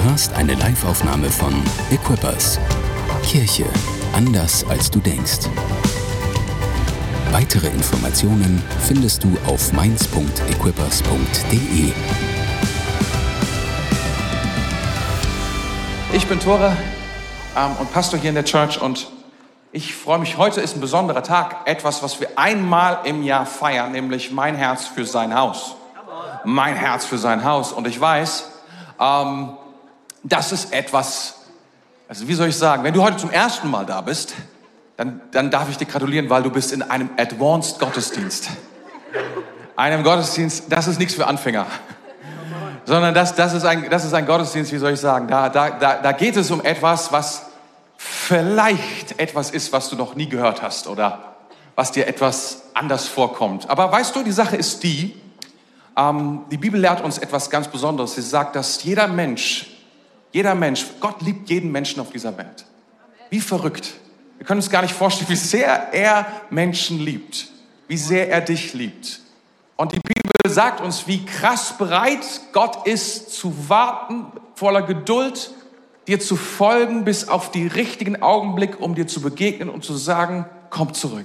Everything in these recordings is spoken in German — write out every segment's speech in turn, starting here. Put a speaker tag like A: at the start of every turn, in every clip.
A: hörst eine Live-Aufnahme von Equippers. Kirche anders als du denkst. Weitere Informationen findest du auf mainz.equippers.de.
B: Ich bin Tore und Pastor hier in der Church und ich freue mich, heute ist ein besonderer Tag, etwas, was wir einmal im Jahr feiern, nämlich mein Herz für sein Haus. Mein Herz für sein Haus. Und ich weiß, das ist etwas, also wie soll ich sagen, wenn du heute zum ersten Mal da bist, dann darf ich dir gratulieren, weil du bist in einem Advanced Gottesdienst. Einem Gottesdienst, das ist nichts für Anfänger. Sondern das ist ein Gottesdienst, wie soll ich sagen, da geht es um etwas, was vielleicht etwas ist, was du noch nie gehört hast oder was dir etwas anders vorkommt. Aber weißt du, die Sache ist die Bibel lehrt uns etwas ganz Besonderes. Sie sagt, dass jeder Mensch, Gott liebt jeden Menschen auf dieser Welt. Wie verrückt. Wir können uns gar nicht vorstellen, wie sehr er Menschen liebt, wie sehr er dich liebt. Und die Bibel sagt uns, wie krass bereit Gott ist, zu warten, voller Geduld, dir zu folgen, bis auf den richtigen Augenblick, um dir zu begegnen und zu sagen, komm zurück.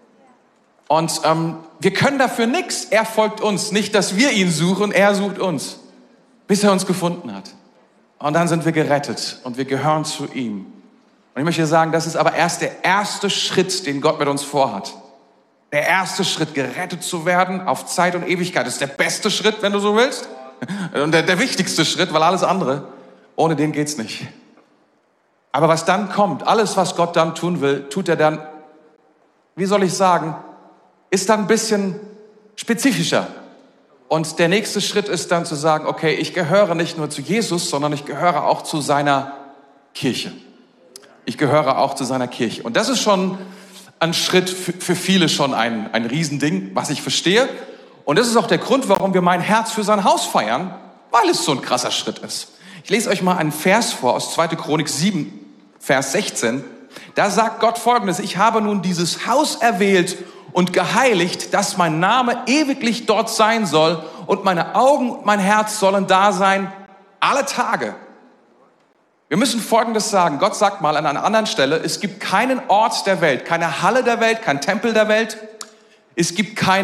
B: Und wir können dafür nichts. Er folgt uns. Nicht, dass wir ihn suchen, er sucht uns, bis er uns gefunden hat. Und dann sind wir gerettet und wir gehören zu ihm. Und ich möchte sagen, das ist aber erst der erste Schritt, den Gott mit uns vorhat. Der erste Schritt, gerettet zu werden auf Zeit und Ewigkeit. Das ist der beste Schritt, wenn du so willst. Und der wichtigste Schritt, weil alles andere, ohne den geht's nicht. Aber was dann kommt, alles, was Gott dann tun will, tut er dann, wie soll ich sagen, ist dann ein bisschen spezifischer. Und der nächste Schritt ist dann zu sagen, okay, ich gehöre nicht nur zu Jesus, sondern ich gehöre auch zu seiner Kirche. Ich gehöre auch zu seiner Kirche. Und das ist schon ein Schritt für viele schon ein Riesending, was ich verstehe. Und das ist auch der Grund, warum wir mein Herz für sein Haus feiern, weil es so ein krasser Schritt ist. Ich lese euch mal einen Vers vor aus 2. Chronik 7, Vers 16. Da sagt Gott Folgendes: Ich habe nun dieses Haus erwählt und geheiligt, dass mein Name ewiglich dort sein soll und meine Augen und mein Herz sollen da sein alle Tage. Wir müssen Folgendes sagen. Gott sagt mal an einer anderen Stelle, es gibt keinen Ort der Welt, keine Halle der Welt, kein Tempel der Welt. Es gibt kein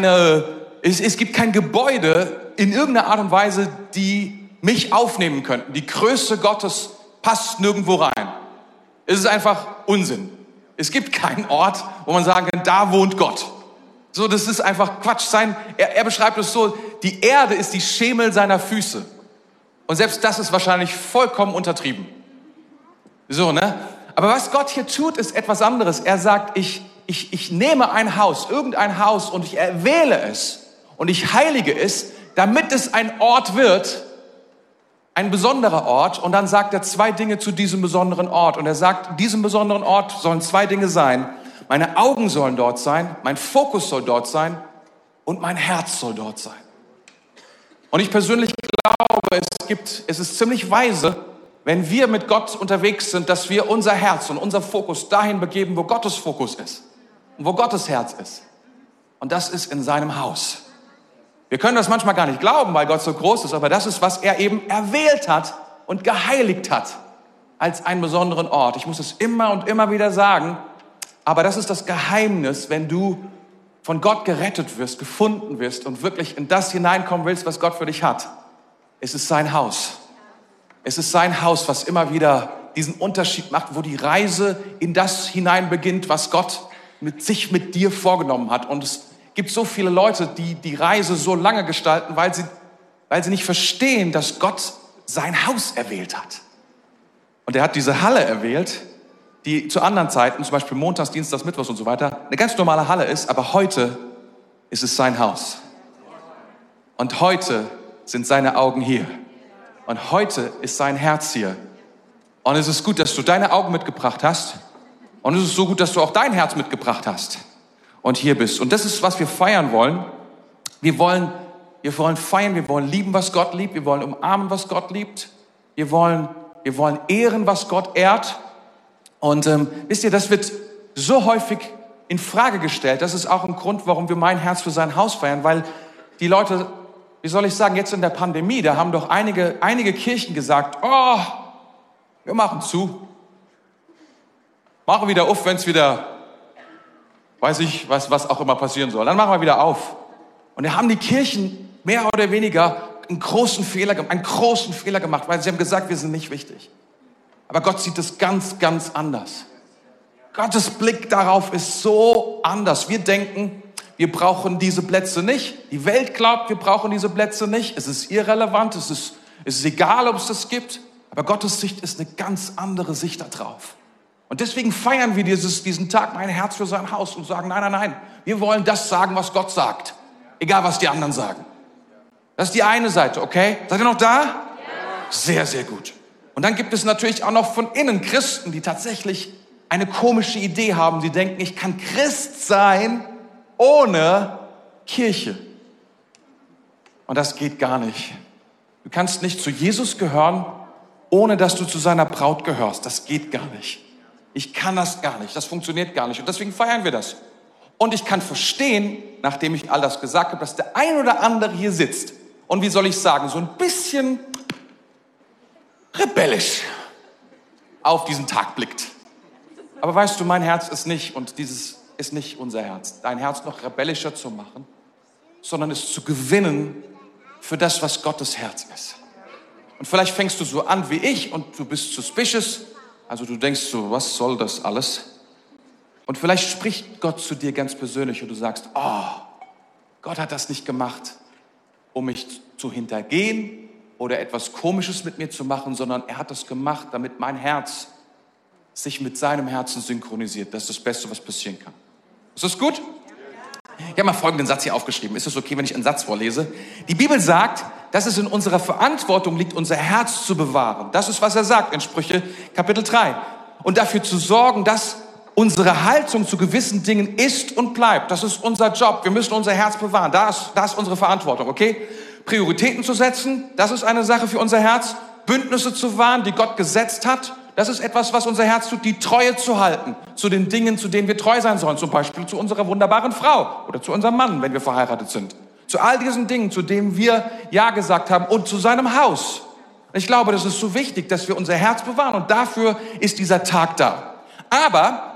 B: Gebäude in irgendeiner Art und Weise, die mich aufnehmen könnten. Die Größe Gottes passt nirgendwo rein. Es ist einfach Unsinn. Es gibt keinen Ort, wo man sagen kann, da wohnt Gott. So, das ist einfach Quatsch. Er beschreibt es so, die Erde ist die Schemel seiner Füße. Und selbst das ist wahrscheinlich vollkommen untertrieben. So, ne? Aber was Gott hier tut, ist etwas anderes. Er sagt, ich nehme ein Haus, irgendein Haus, und ich erwähle es und ich heilige es, damit es ein Ort wird, ein besonderer Ort. Und dann sagt er zwei Dinge zu diesem besonderen Ort. Und er sagt, in diesem besonderen Ort sollen zwei Dinge sein. Meine Augen sollen dort sein, mein Fokus soll dort sein und mein Herz soll dort sein. Und ich persönlich glaube, es ist ziemlich weise, wenn wir mit Gott unterwegs sind, dass wir unser Herz und unser Fokus dahin begeben, wo Gottes Fokus ist und wo Gottes Herz ist. Und das ist in seinem Haus. Wir können das manchmal gar nicht glauben, weil Gott so groß ist, aber das ist, was er eben erwählt hat und geheiligt hat als einen besonderen Ort. Ich muss es immer und immer wieder sagen, aber das ist das Geheimnis, wenn du von Gott gerettet wirst, gefunden wirst und wirklich in das hineinkommen willst, was Gott für dich hat. Es ist sein Haus. Es ist sein Haus, was immer wieder diesen Unterschied macht, wo die Reise in das hinein beginnt, was Gott mit dir vorgenommen hat. Und es gibt so viele Leute, die die Reise so lange gestalten, weil sie nicht verstehen, dass Gott sein Haus erwählt hat. Und er hat diese Halle erwählt, die zu anderen Zeiten, zum Beispiel montags, dienstags, mittwochs und so weiter, eine ganz normale Halle ist, aber heute ist es sein Haus. Und heute sind seine Augen hier. Und heute ist sein Herz hier. Und es ist gut, dass du deine Augen mitgebracht hast. Und es ist so gut, dass du auch dein Herz mitgebracht hast und hier bist. Und das ist, was wir feiern wollen. Wir wollen feiern, wir wollen lieben, was Gott liebt. Wir wollen umarmen, was Gott liebt. Wir wollen ehren, was Gott ehrt. Und wisst ihr, das wird so häufig in Frage gestellt. Das ist auch ein Grund, warum wir mein Herz für sein Haus feiern, weil die Leute wie soll ich sagen, jetzt in der Pandemie, da haben doch einige Kirchen gesagt, oh, wir machen zu. Machen wieder auf, wenn es wieder, weiß ich, was auch immer passieren soll. Dann machen wir wieder auf. Und da haben die Kirchen mehr oder weniger einen großen Fehler gemacht, weil sie haben gesagt, wir sind nicht wichtig. Aber Gott sieht es ganz, ganz anders. Gottes Blick darauf ist so anders. Wir denken, wir brauchen diese Plätze nicht. Die Welt glaubt, wir brauchen diese Plätze nicht. Es ist irrelevant, es ist egal, ob es das gibt. Aber Gottes Sicht ist eine ganz andere Sicht da drauf. Und deswegen feiern wir diesen Tag, mein Herz für sein Haus, und sagen, nein, wir wollen das sagen, was Gott sagt. Egal, was die anderen sagen. Das ist die eine Seite, okay? Seid ihr noch da? Ja. Sehr, sehr gut. Und dann gibt es natürlich auch noch von innen Christen, die tatsächlich eine komische Idee haben. Die denken, ich kann Christ sein ohne Kirche. Und das geht gar nicht. Du kannst nicht zu Jesus gehören, ohne dass du zu seiner Braut gehörst. Das geht gar nicht. Ich kann das gar nicht. Das funktioniert gar nicht. Und deswegen feiern wir das. Und ich kann verstehen, nachdem ich all das gesagt habe, dass der ein oder andere hier sitzt und, wie soll ich sagen, so ein bisschen rebellisch auf diesen Tag blickt. Aber weißt du, mein Herz ist nicht, und dieses ist nicht unser Herz, dein Herz noch rebellischer zu machen, sondern es zu gewinnen für das, was Gottes Herz ist. Und vielleicht fängst du so an wie ich und du bist suspicious, also du denkst so, was soll das alles? Und vielleicht spricht Gott zu dir ganz persönlich und du sagst, oh, Gott hat das nicht gemacht, um mich zu hintergehen oder etwas Komisches mit mir zu machen, sondern er hat das gemacht, damit mein Herz sich mit seinem Herzen synchronisiert. Das ist das Beste, was passieren kann. Ist das gut? Ich habe mal folgenden Satz hier aufgeschrieben. Ist es okay, wenn ich einen Satz vorlese? Die Bibel sagt, dass es in unserer Verantwortung liegt, unser Herz zu bewahren. Das ist, was er sagt in Sprüche Kapitel 3. Und dafür zu sorgen, dass unsere Haltung zu gewissen Dingen ist und bleibt. Das ist unser Job. Wir müssen unser Herz bewahren. Da ist unsere Verantwortung, okay? Prioritäten zu setzen, das ist eine Sache für unser Herz. Bündnisse zu wahren, die Gott gesetzt hat. Das ist etwas, was unser Herz tut, die Treue zu halten zu den Dingen, zu denen wir treu sein sollen. Zum Beispiel zu unserer wunderbaren Frau oder zu unserem Mann, wenn wir verheiratet sind. Zu all diesen Dingen, zu denen wir Ja gesagt haben und zu seinem Haus. Ich glaube, das ist so wichtig, dass wir unser Herz bewahren und dafür ist dieser Tag da. Aber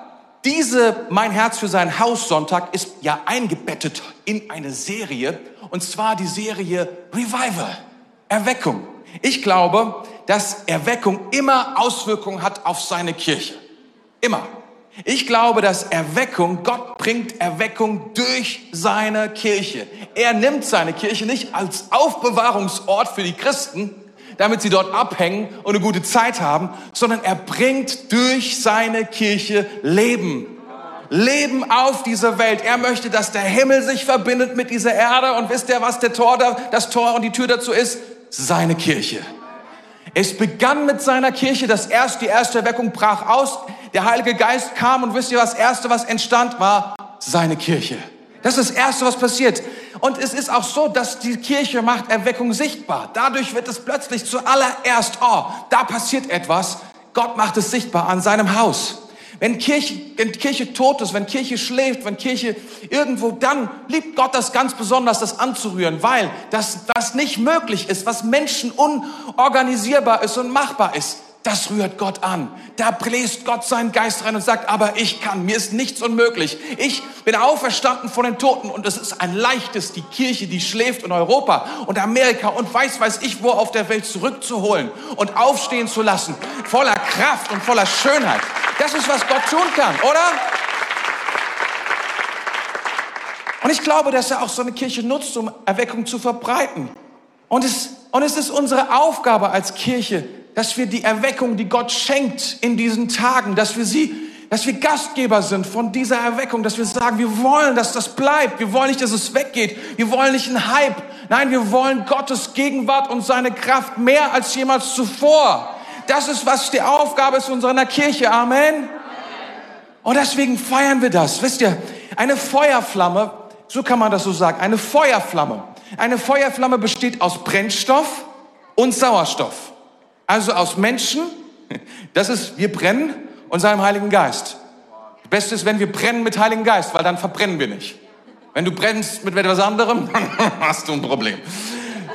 B: Mein Herz für sein Haus Sonntag ist ja eingebettet in eine Serie, und zwar die Serie Revival, Erweckung. Ich glaube, dass Erweckung immer Auswirkungen hat auf seine Kirche. Immer. Ich glaube, dass Gott bringt Erweckung durch seine Kirche. Er nimmt seine Kirche nicht als Aufbewahrungsort für die Christen, damit sie dort abhängen und eine gute Zeit haben, sondern er bringt durch seine Kirche Leben. Leben auf dieser Welt. Er möchte, dass der Himmel sich verbindet mit dieser Erde. Und wisst ihr, was das Tor und die Tür dazu ist? Seine Kirche. Es begann mit seiner Kirche, die erste Erweckung brach aus, der Heilige Geist kam und wisst ihr, das Erste, was entstand, war seine Kirche. Das ist das Erste, was passiert. Und es ist auch so, dass die Kirche macht Erweckung sichtbar. Dadurch wird es plötzlich zuallererst, da passiert etwas. Gott macht es sichtbar an seinem Haus. Wenn Kirche tot ist, wenn Kirche schläft, wenn Kirche irgendwo, dann liebt Gott das ganz besonders, das anzurühren, weil das nicht möglich ist, was Menschen unorganisierbar ist und machbar ist. Das rührt Gott an. Da bläst Gott seinen Geist rein und sagt, aber ich kann, mir ist nichts unmöglich. Ich bin auferstanden von den Toten und es ist ein leichtes, die Kirche, die schläft in Europa und Amerika und weiß ich wo auf der Welt zurückzuholen und aufstehen zu lassen, voller Kraft und voller Schönheit. Das ist, was Gott tun kann, oder? Und ich glaube, dass er auch so eine Kirche nutzt, um Erweckung zu verbreiten. Und es ist unsere Aufgabe als Kirche, dass wir die Erweckung, die Gott schenkt in diesen Tagen, dass wir Gastgeber sind von dieser Erweckung, dass wir sagen, wir wollen, dass das bleibt. Wir wollen nicht, dass es weggeht. Wir wollen nicht einen Hype. Nein, wir wollen Gottes Gegenwart und seine Kraft mehr als jemals zuvor. Das ist, was die Aufgabe ist unserer Kirche. Amen. Und deswegen feiern wir das. Wisst ihr, eine Feuerflamme, so kann man das so sagen, eine Feuerflamme besteht aus Brennstoff und Sauerstoff. Also aus Menschen, wir brennen, und seinem Heiligen Geist. Das Beste ist, wenn wir brennen mit Heiligen Geist, weil dann verbrennen wir nicht. Wenn du brennst mit etwas anderem, dann hast du ein Problem.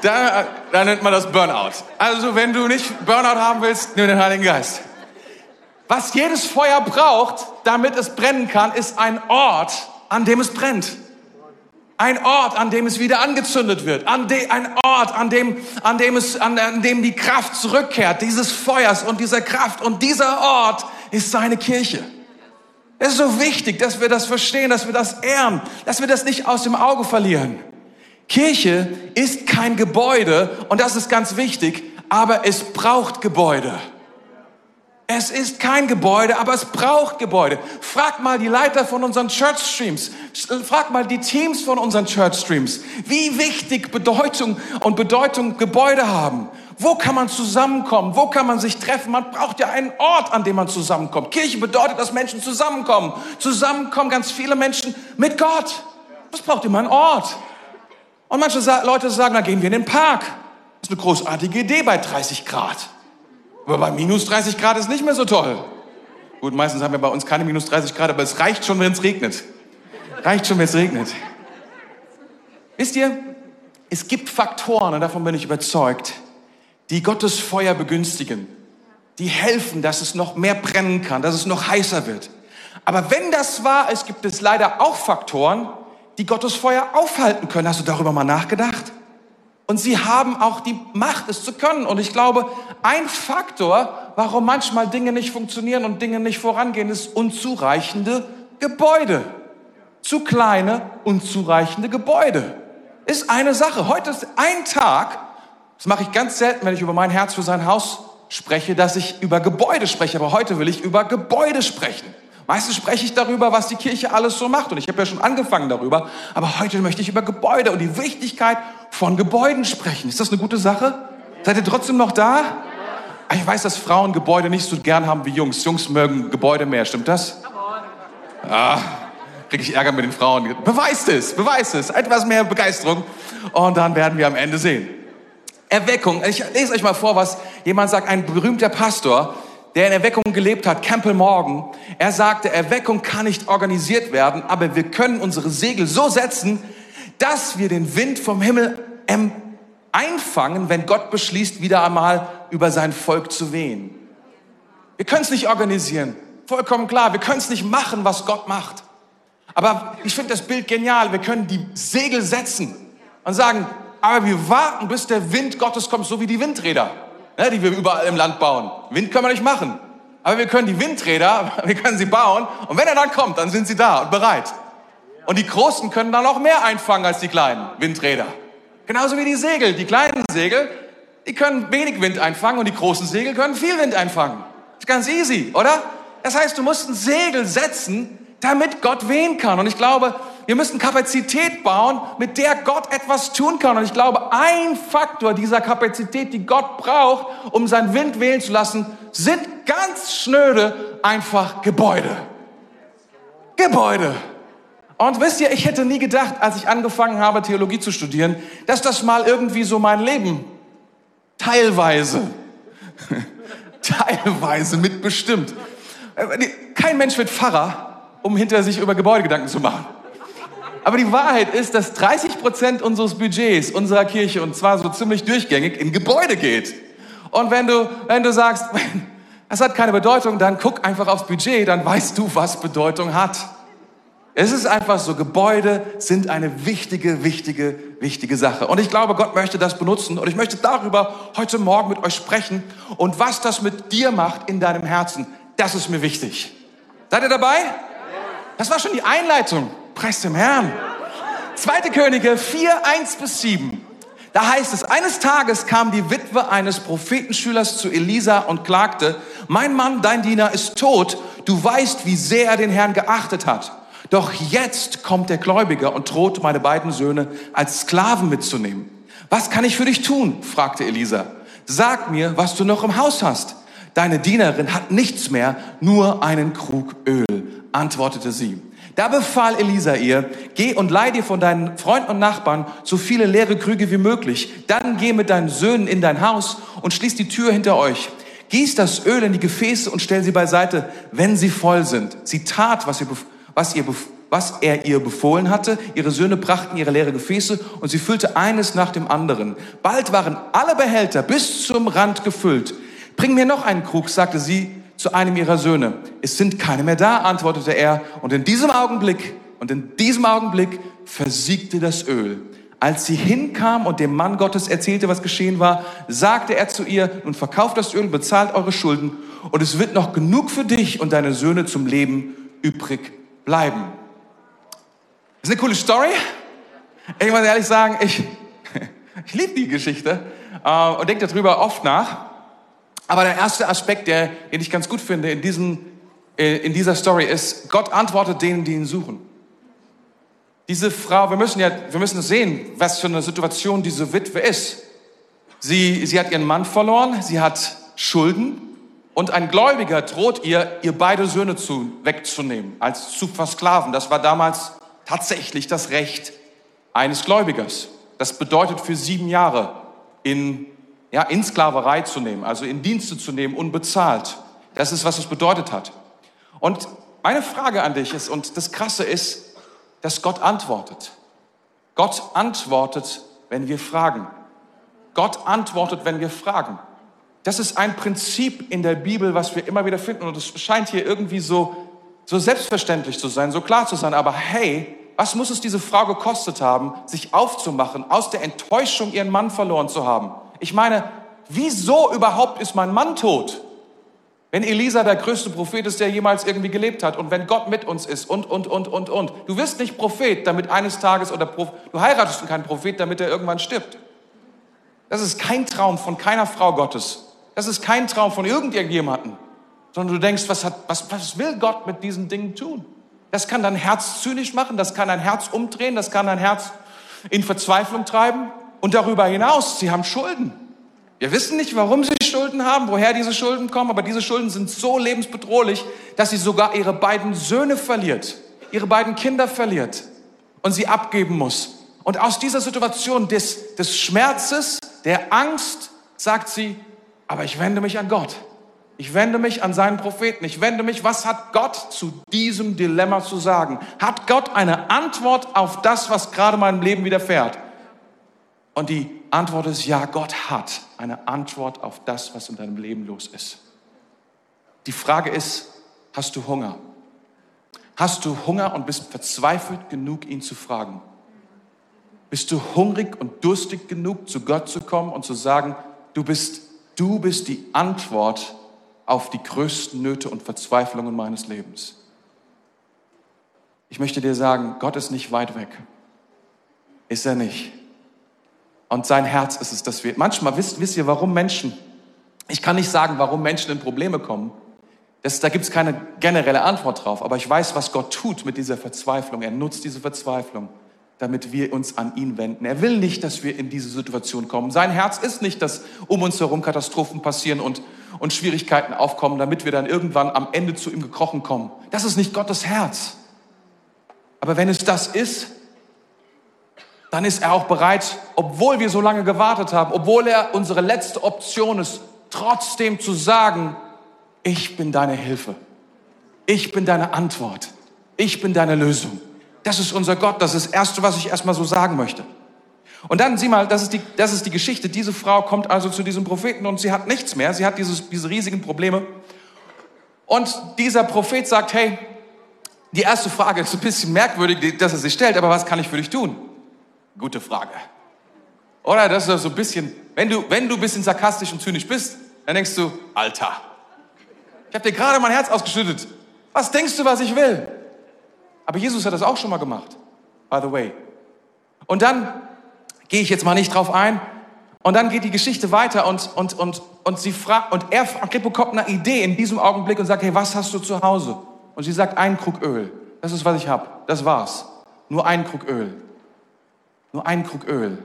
B: dann nennt man das Burnout. Also wenn du nicht Burnout haben willst, nimm den Heiligen Geist. Was jedes Feuer braucht, damit es brennen kann, ist ein Ort, an dem es brennt. Ein Ort, an dem es wieder angezündet wird. Ein Ort, an dem die Kraft zurückkehrt, dieses Feuers und dieser Kraft. Und dieser Ort ist seine Kirche. Es ist so wichtig, dass wir das verstehen, dass wir das ehren, dass wir das nicht aus dem Auge verlieren. Kirche ist kein Gebäude, und das ist ganz wichtig, aber es braucht Gebäude. Es ist kein Gebäude, aber es braucht Gebäude. Frag mal die Leiter von unseren Church Streams. Frag mal die Teams von unseren Church Streams, wie wichtig Bedeutung Gebäude haben. Wo kann man zusammenkommen? Wo kann man sich treffen? Man braucht ja einen Ort, an dem man zusammenkommt. Kirche bedeutet, dass Menschen zusammenkommen. Zusammenkommen ganz viele Menschen mit Gott. Das braucht immer einen Ort. Und manche Leute sagen, dann gehen wir in den Park. Das ist eine großartige Idee bei 30 Grad. Aber bei minus 30 Grad ist nicht mehr so toll. Gut, meistens haben wir bei uns keine minus 30 Grad, aber es reicht schon, wenn es regnet. Wisst ihr, es gibt Faktoren, und davon bin ich überzeugt, die Gottes Feuer begünstigen. Die helfen, dass es noch mehr brennen kann, dass es noch heißer wird. Aber wenn das wahr ist, gibt es leider auch Faktoren, die Gottes Feuer aufhalten können. Hast du darüber mal nachgedacht? Und sie haben auch die Macht, es zu können. Und ich glaube, ein Faktor, warum manchmal Dinge nicht funktionieren und Dinge nicht vorangehen, ist unzureichende Gebäude. Zu kleine, unzureichende Gebäude. Ist eine Sache. Heute ist ein Tag, das mache ich ganz selten, wenn ich über mein Herz für sein Haus spreche, dass ich über Gebäude spreche. Aber heute will ich über Gebäude sprechen. Meistens spreche ich darüber, was die Kirche alles so macht. Und ich habe ja schon angefangen darüber. Aber heute möchte ich über Gebäude und die Wichtigkeit von Gebäuden sprechen. Ist das eine gute Sache? Seid ihr trotzdem noch da? Ich weiß, dass Frauen Gebäude nicht so gern haben wie Jungs. Jungs mögen Gebäude mehr. Stimmt das? Kriege ich Ärger mit den Frauen. Beweist es. Etwas mehr Begeisterung. Und dann werden wir am Ende sehen. Erweckung. Ich lese euch mal vor, was jemand sagt. Ein berühmter Pastor, der in Erweckung gelebt hat, Campbell Morgan. Er sagte, Erweckung kann nicht organisiert werden, aber wir können unsere Segel so setzen, dass wir den Wind vom Himmel einfangen, wenn Gott beschließt, wieder einmal über sein Volk zu wehen. Wir können es nicht organisieren, vollkommen klar. Wir können es nicht machen, was Gott macht. Aber ich finde das Bild genial. Wir können die Segel setzen und sagen, aber wir warten, bis der Wind Gottes kommt, so wie die Windräder, die wir überall im Land bauen. Wind können wir nicht machen. Aber wir können die Windräder, wir können sie bauen. Und wenn er dann kommt, dann sind sie da und bereit. Und die Großen können dann auch mehr einfangen als die kleinen Windräder. Genauso wie die Segel. Die kleinen Segel, die können wenig Wind einfangen und die großen Segel können viel Wind einfangen. Ist ganz easy, oder? Das heißt, du musst ein Segel setzen, damit Gott wehen kann. Und ich glaube, wir müssen Kapazität bauen, mit der Gott etwas tun kann. Und ich glaube, ein Faktor dieser Kapazität, die Gott braucht, um seinen Wind wehen zu lassen, sind ganz schnöde einfach Gebäude. Gebäude. Und wisst ihr, ich hätte nie gedacht, als ich angefangen habe, Theologie zu studieren, dass das mal irgendwie so mein Leben teilweise mitbestimmt. Kein Mensch wird Pfarrer, um hinter sich über Gebäude Gedanken zu machen. Aber die Wahrheit ist, dass 30% unseres Budgets unserer Kirche, und zwar so ziemlich durchgängig, in Gebäude geht. Und wenn du sagst, das hat keine Bedeutung, dann guck einfach aufs Budget, dann weißt du, was Bedeutung hat. Es ist einfach so, Gebäude sind eine wichtige Sache. Und ich glaube, Gott möchte das benutzen. Und ich möchte darüber heute Morgen mit euch sprechen. Und was das mit dir macht in deinem Herzen, das ist mir wichtig. Seid ihr dabei? Das war schon die Einleitung. Preis dem Herrn. 2. Könige 4, 1-7. Da heißt es, eines Tages kam die Witwe eines Prophetenschülers zu Elisa und klagte, mein Mann, dein Diener, ist tot. Du weißt, wie sehr er den Herrn geachtet hat. Doch jetzt kommt der Gläubiger und droht, meine beiden Söhne als Sklaven mitzunehmen. Was kann ich für dich tun? Fragte Elisa. Sag mir, was du noch im Haus hast. Deine Dienerin hat nichts mehr, nur einen Krug Öl, antwortete sie. Da befahl Elisa ihr, geh und leih dir von deinen Freunden und Nachbarn so viele leere Krüge wie möglich. Dann geh mit deinen Söhnen in dein Haus und schließ die Tür hinter euch. Gieß das Öl in die Gefäße und stell sie beiseite, wenn sie voll sind. Sie tat, was was er ihr befohlen hatte. Ihre Söhne brachten ihre leere Gefäße und sie füllte eines nach dem anderen. Bald waren alle Behälter bis zum Rand gefüllt. Bring mir noch einen Krug, sagte sie zu einem ihrer Söhne. Es sind keine mehr da, antwortete er. Und in diesem Augenblick versiegte das Öl. Als sie hinkam und dem Mann Gottes erzählte, was geschehen war, sagte er zu ihr, nun verkauft das Öl, bezahlt eure Schulden und es wird noch genug für dich und deine Söhne zum Leben übrig bleiben. Das ist eine coole Story. Ich muss ehrlich sagen, ich liebe die Geschichte und denke darüber oft nach. Aber der erste Aspekt, den ich ganz gut finde in dieser Story ist, Gott antwortet denen, die ihn suchen. Diese Frau, wir müssen sehen, was für eine Situation diese Witwe ist. Sie hat ihren Mann verloren, sie hat Schulden und ein Gläubiger droht ihr beide Söhne wegzunehmen, als zu versklaven. Das war damals tatsächlich das Recht eines Gläubigers. Das bedeutet für 7 Jahre in Sklaverei zu nehmen, also in Dienste zu nehmen, unbezahlt. Das ist, was es bedeutet hat. Und meine Frage an dich ist, und das Krasse ist, dass Gott antwortet. Gott antwortet, wenn wir fragen. Gott antwortet, wenn wir fragen. Das ist ein Prinzip in der Bibel, was wir immer wieder finden. Und es scheint hier irgendwie so selbstverständlich zu sein, so klar zu sein. Aber hey, was muss es diese Frau gekostet haben, sich aufzumachen, aus der Enttäuschung ihren Mann verloren zu haben? Ich meine, wieso überhaupt ist mein Mann tot? Wenn Elisa der größte Prophet ist, der jemals irgendwie gelebt hat und wenn Gott mit uns ist und. Du wirst nicht Prophet, damit eines Tages du heiratest keinen Prophet, damit er irgendwann stirbt. Das ist kein Traum von keiner Frau Gottes. Das ist kein Traum von irgendjemandem. Sondern du denkst, was will Gott mit diesen Dingen tun? Das kann dein Herz zynisch machen, das kann dein Herz umdrehen, das kann dein Herz in Verzweiflung treiben. Und darüber hinaus, sie haben Schulden. Wir wissen nicht, warum sie Schulden haben, woher diese Schulden kommen, aber diese Schulden sind so lebensbedrohlich, dass sie sogar ihre beiden Söhne verliert, ihre beiden Kinder verliert und sie abgeben muss. Und aus dieser Situation des Schmerzes, der Angst, sagt sie, aber ich wende mich an Gott. Ich wende mich an seinen Propheten. Was hat Gott zu diesem Dilemma zu sagen? Hat Gott eine Antwort auf das, was gerade meinem Leben widerfährt? Und die Antwort ist, ja, Gott hat eine Antwort auf das, was in deinem Leben los ist. Die Frage ist, hast du Hunger? Hast du Hunger und bist verzweifelt genug, ihn zu fragen? Bist du hungrig und durstig genug, zu Gott zu kommen und zu sagen, du bist die Antwort auf die größten Nöte und Verzweiflungen meines Lebens? Ich möchte dir sagen, Gott ist nicht weit weg. Ist er nicht. Und sein Herz ist es, dass wir, manchmal wisst ihr, warum Menschen, ich kann nicht sagen, warum Menschen in Probleme kommen. Da gibt es keine generelle Antwort drauf. Aber ich weiß, was Gott tut mit dieser Verzweiflung. Er nutzt diese Verzweiflung, damit wir uns an ihn wenden. Er will nicht, dass wir in diese Situation kommen. Sein Herz ist nicht, dass um uns herum Katastrophen passieren und Schwierigkeiten aufkommen, damit wir dann irgendwann am Ende zu ihm gekrochen kommen. Das ist nicht Gottes Herz. Aber wenn es das ist, dann ist er auch bereit, obwohl wir so lange gewartet haben, obwohl er unsere letzte Option ist, trotzdem zu sagen, ich bin deine Hilfe. Ich bin deine Antwort. Ich bin deine Lösung. Das ist unser Gott. Das ist das Erste, was ich erstmal so sagen möchte. Und dann, sieh mal, das ist die Geschichte. Diese Frau kommt also zu diesem Propheten und sie hat nichts mehr. Sie hat diese riesigen Probleme. Und dieser Prophet sagt, hey, die erste Frage ist ein bisschen merkwürdig, dass er sich stellt, aber was kann ich für dich tun? Gute Frage. Oder das ist so ein bisschen, wenn du ein bisschen sarkastisch und zynisch bist, dann denkst du, Alter, ich habe dir gerade mein Herz ausgeschüttet. Was denkst du, was ich will? Aber Jesus hat das auch schon mal gemacht, by the way. Und dann gehe ich jetzt mal nicht drauf ein. Und dann geht die Geschichte weiter und sie fragt, und er bekommt eine Idee in diesem Augenblick und sagt, hey, was hast du zu Hause? Und sie sagt, einen Krug Öl. Das ist, was ich habe. Das war's. Nur einen Krug Öl. Nur einen Krug Öl.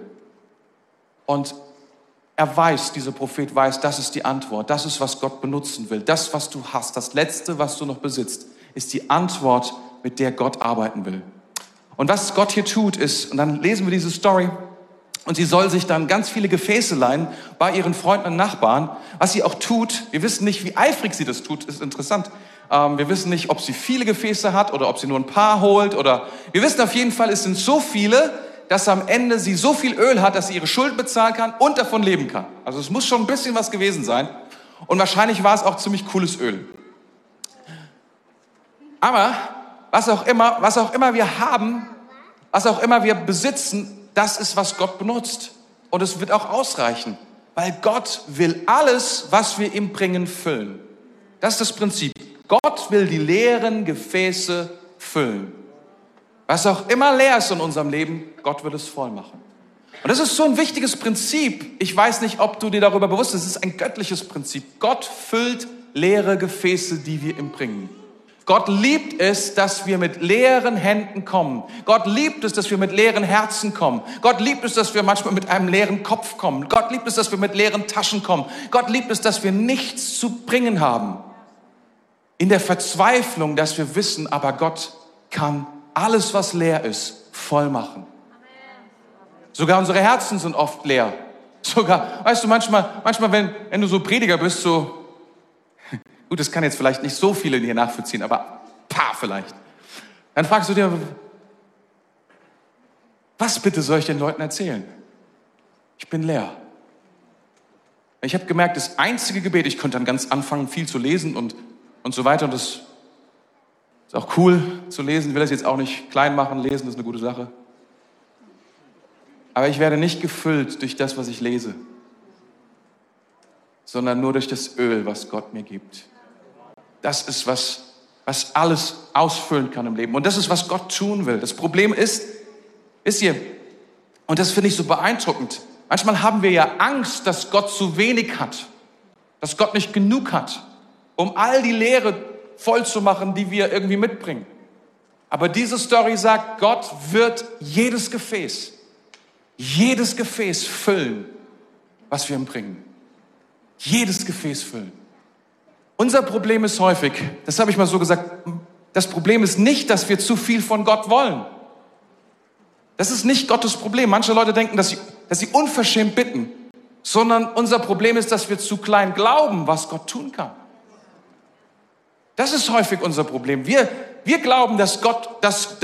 B: Und dieser Prophet weiß, das ist die Antwort. Das ist, was Gott benutzen will. Das, was du hast, das Letzte, was du noch besitzt, ist die Antwort, mit der Gott arbeiten will. Und was Gott hier tut, ist, und dann lesen wir diese Story, und sie soll sich dann ganz viele Gefäße leihen bei ihren Freunden und Nachbarn. Was sie auch tut, wir wissen nicht, wie eifrig sie das tut, ist interessant. Wir wissen nicht, ob sie viele Gefäße hat oder ob sie nur ein paar holt. Oder wir wissen auf jeden Fall, es sind so viele, dass am Ende sie so viel Öl hat, dass sie ihre Schulden bezahlen kann und davon leben kann. Also es muss schon ein bisschen was gewesen sein. Und wahrscheinlich war es auch ziemlich cooles Öl. Aber was auch immer wir haben, was auch immer wir besitzen, das ist, was Gott benutzt. Und es wird auch ausreichen, weil Gott will alles, was wir ihm bringen, füllen. Das ist das Prinzip. Gott will die leeren Gefäße füllen. Was auch immer leer ist in unserem Leben, Gott will es voll machen. Und das ist so ein wichtiges Prinzip. Ich weiß nicht, ob du dir darüber bewusst bist. Es ist ein göttliches Prinzip. Gott füllt leere Gefäße, die wir ihm bringen. Gott liebt es, dass wir mit leeren Händen kommen. Gott liebt es, dass wir mit leeren Herzen kommen. Gott liebt es, dass wir manchmal mit einem leeren Kopf kommen. Gott liebt es, dass wir mit leeren Taschen kommen. Gott liebt es, dass wir nichts zu bringen haben. In der Verzweiflung, dass wir wissen, aber Gott kann alles, was leer ist, voll machen. Sogar unsere Herzen sind oft leer. Sogar, weißt du, manchmal wenn du so Prediger bist, so, gut, das kann jetzt vielleicht nicht so viele hier nachvollziehen, aber ein paar vielleicht. Dann fragst du dir, was bitte soll ich den Leuten erzählen? Ich bin leer. Ich habe gemerkt, das einzige Gebet, ich konnte dann ganz anfangen, viel zu lesen und so weiter. Und das ist auch cool zu lesen. Ich will das jetzt auch nicht klein machen. Lesen ist eine gute Sache. Aber ich werde nicht gefüllt durch das, was ich lese, sondern nur durch das Öl, was Gott mir gibt. Das ist, was alles ausfüllen kann im Leben. Und das ist, was Gott tun will. Das Problem ist, wisst ihr, und das finde ich so beeindruckend, manchmal haben wir ja Angst, dass Gott zu wenig hat, dass Gott nicht genug hat, um all die Leere voll zu machen, die wir irgendwie mitbringen. Aber diese Story sagt, Gott wird jedes Gefäß füllen, was wir ihm bringen. Jedes Gefäß füllen. Unser Problem ist häufig, das habe ich mal so gesagt, das Problem ist nicht, dass wir zu viel von Gott wollen. Das ist nicht Gottes Problem. Manche Leute denken, dass sie unverschämt bitten, sondern unser Problem ist, dass wir zu klein glauben, was Gott tun kann. Das ist häufig unser Problem. Wir glauben, dass Gott, dass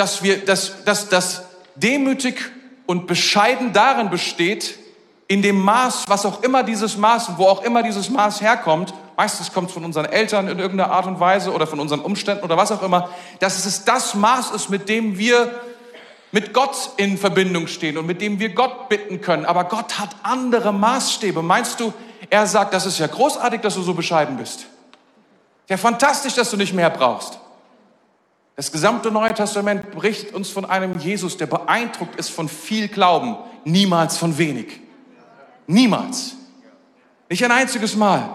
B: demütig und bescheiden darin besteht, in dem Maß, was auch immer dieses Maß, wo auch immer dieses Maß herkommt, meistens kommt es von unseren Eltern in irgendeiner Art und Weise oder von unseren Umständen oder was auch immer, dass es das Maß ist, mit dem wir mit Gott in Verbindung stehen und mit dem wir Gott bitten können. Aber Gott hat andere Maßstäbe. Meinst du, er sagt, das ist ja großartig, dass du so bescheiden bist? Ja, fantastisch, dass du nicht mehr brauchst. Das gesamte Neue Testament berichtet uns von einem Jesus, der beeindruckt ist von viel Glauben, niemals von wenig. Niemals. Nicht ein einziges Mal.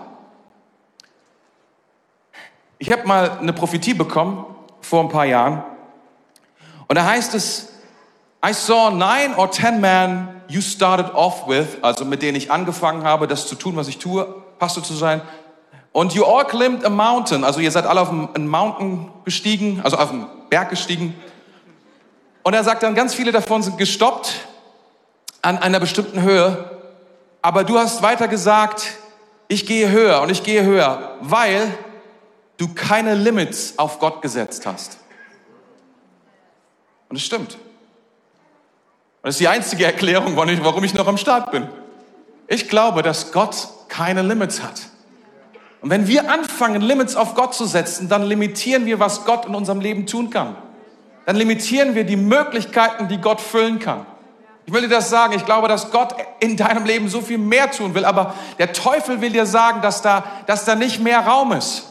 B: Ich habe mal eine Prophetie bekommen, vor ein paar Jahren. Und da heißt es, I saw 9 or 10 men you started off with, also mit denen ich angefangen habe, das zu tun, was ich tue, Pastor zu sein. Und you all climbed a mountain, also ihr seid alle auf einen Mountain gestiegen, also auf einen Berg gestiegen. Und er sagt dann, ganz viele davon sind gestoppt an einer bestimmten Höhe. Aber du hast weiter gesagt, ich gehe höher und ich gehe höher, weil du keine Limits auf Gott gesetzt hast. Und es stimmt. Und das ist die einzige Erklärung, warum ich noch am Start bin. Ich glaube, dass Gott keine Limits hat. Und wenn wir anfangen, Limits auf Gott zu setzen, dann limitieren wir, was Gott in unserem Leben tun kann. Dann limitieren wir die Möglichkeiten, die Gott füllen kann. Ich will dir das sagen, ich glaube, dass Gott in deinem Leben so viel mehr tun will, aber der Teufel will dir sagen, dass da nicht mehr Raum ist.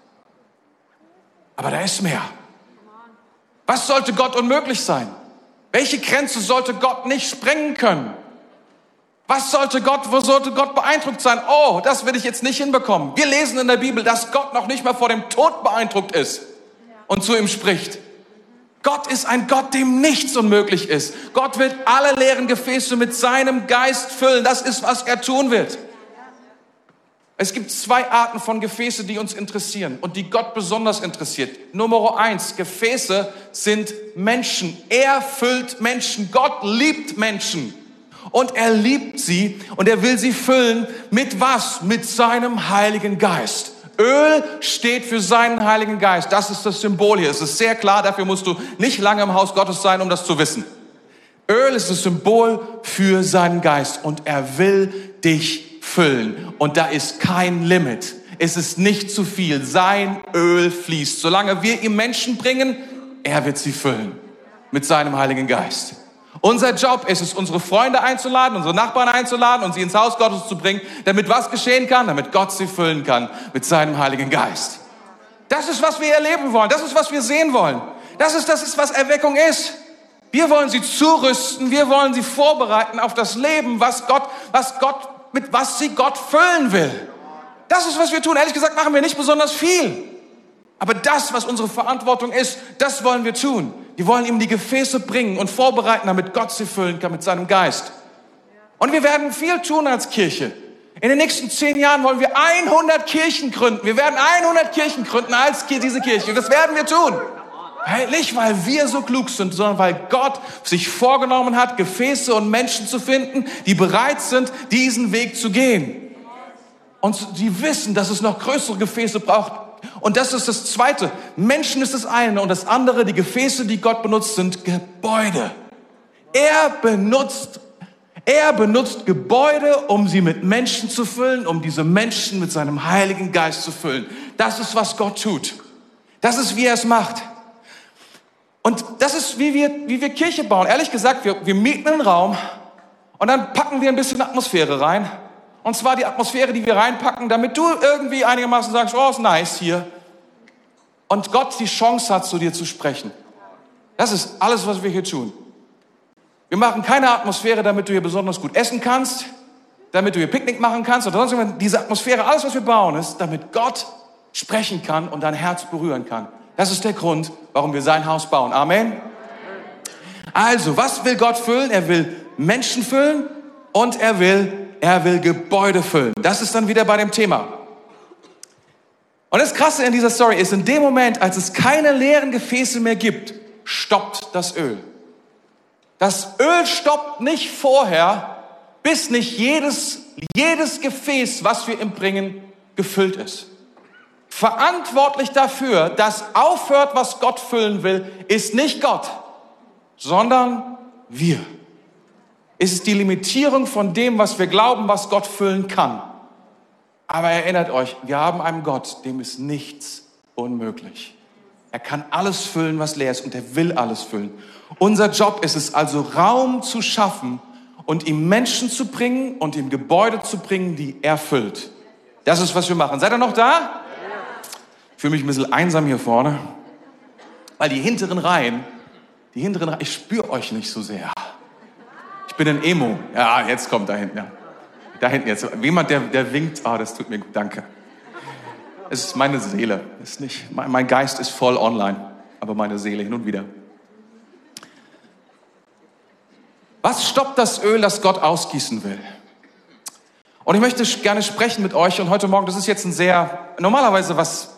B: Aber da ist mehr. Was sollte Gott unmöglich sein? Welche Grenze sollte Gott nicht sprengen können? Wo sollte Gott beeindruckt sein? Oh, das will ich jetzt nicht hinbekommen. Wir lesen in der Bibel, dass Gott noch nicht mal vor dem Tod beeindruckt ist und zu ihm spricht. Gott ist ein Gott, dem nichts unmöglich ist. Gott wird alle leeren Gefäße mit seinem Geist füllen. Das ist, was er tun wird. Es gibt 2 Arten von Gefäße, die uns interessieren und die Gott besonders interessiert. Nummer 1, Gefäße sind Menschen. Er füllt Menschen. Gott liebt Menschen. Und er liebt sie und er will sie füllen mit was? Mit seinem Heiligen Geist. Öl steht für seinen Heiligen Geist. Das ist das Symbol hier. Es ist sehr klar, dafür musst du nicht lange im Haus Gottes sein, um das zu wissen. Öl ist das Symbol für seinen Geist und er will dich füllen. Und da ist kein Limit. Es ist nicht zu viel. Sein Öl fließt. Solange wir ihm Menschen bringen, er wird sie füllen mit seinem Heiligen Geist. Unser Job ist es, unsere Freunde einzuladen, unsere Nachbarn einzuladen und sie ins Haus Gottes zu bringen, damit was geschehen kann? Damit Gott sie füllen kann mit seinem Heiligen Geist. Das ist, was wir erleben wollen. Das ist, was wir sehen wollen. Das ist, was Erweckung ist. Wir wollen sie zurüsten. Wir wollen sie vorbereiten auf das Leben, mit was sie Gott füllen will. Das ist, was wir tun. Ehrlich gesagt machen wir nicht besonders viel. Aber das, was unsere Verantwortung ist, das wollen wir tun. Wir wollen ihm die Gefäße bringen und vorbereiten, damit Gott sie füllen kann mit seinem Geist. Und wir werden viel tun als Kirche. In den nächsten 10 Jahren wollen wir 100 Kirchen gründen. Wir werden 100 Kirchen gründen als diese Kirche. Das werden wir tun. Nicht, weil wir so klug sind, sondern weil Gott sich vorgenommen hat, Gefäße und Menschen zu finden, die bereit sind, diesen Weg zu gehen. Und die wissen, dass es noch größere Gefäße braucht. Und das ist das Zweite. Menschen ist das eine und das andere, die Gefäße, die Gott benutzt, sind Gebäude. Er benutzt Gebäude, um sie mit Menschen zu füllen, um diese Menschen mit seinem Heiligen Geist zu füllen. Das ist, was Gott tut. Das ist, wie er es macht. Und das ist, wie wir Kirche bauen. Ehrlich gesagt, wir mieten einen Raum und dann packen wir ein bisschen Atmosphäre rein. Und zwar die Atmosphäre, die wir reinpacken, damit du irgendwie einigermaßen sagst, oh, ist nice hier. Und Gott die Chance hat, zu dir zu sprechen. Das ist alles, was wir hier tun. Wir machen keine Atmosphäre, damit du hier besonders gut essen kannst, damit du hier Picknick machen kannst oder sonst irgendwas. Diese Atmosphäre, alles, was wir bauen, ist, damit Gott sprechen kann und dein Herz berühren kann. Das ist der Grund, warum wir sein Haus bauen. Amen. Also, was will Gott füllen? Er will Menschen füllen und er will Gebäude füllen. Das ist dann wieder bei dem Thema. Und das Krasse in dieser Story ist, in dem Moment, als es keine leeren Gefäße mehr gibt, stoppt das Öl. Das Öl stoppt nicht vorher, bis nicht jedes Gefäß, was wir ihm bringen, gefüllt ist. Verantwortlich dafür, dass aufhört, was Gott füllen will, ist nicht Gott, sondern wir. Es ist die Limitierung von dem, was wir glauben, was Gott füllen kann. Aber erinnert euch, wir haben einen Gott, dem ist nichts unmöglich. Er kann alles füllen, was leer ist und er will alles füllen. Unser Job ist es also, Raum zu schaffen und ihm Menschen zu bringen und ihm Gebäude zu bringen, die er füllt. Das ist, was wir machen. Seid ihr noch da? Ich fühle mich ein bisschen einsam hier vorne, weil die hinteren Reihen, ich spüre euch nicht so sehr. Ich bin ein Emo. Ja, jetzt kommt da hinten. Ja. Da hinten jetzt. Jemand, der winkt. Ah, das tut mir gut. Danke. Es ist meine Seele. Es ist nicht, mein Geist ist voll online, aber meine Seele hin und wieder. Was stoppt das Öl, das Gott ausgießen will? Und ich möchte gerne sprechen mit euch. Und heute Morgen, das ist jetzt normalerweise was,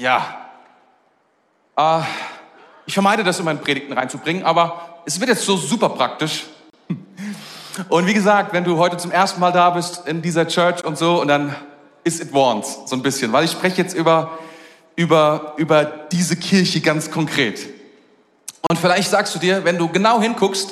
B: ich vermeide das immer in Predigten reinzubringen, aber es wird jetzt so super praktisch. Und wie gesagt, wenn du heute zum ersten Mal da bist in dieser Church und so, und dann is it once, so ein bisschen, weil ich spreche jetzt über diese Kirche ganz konkret. Und vielleicht sagst du dir, wenn du genau hinguckst,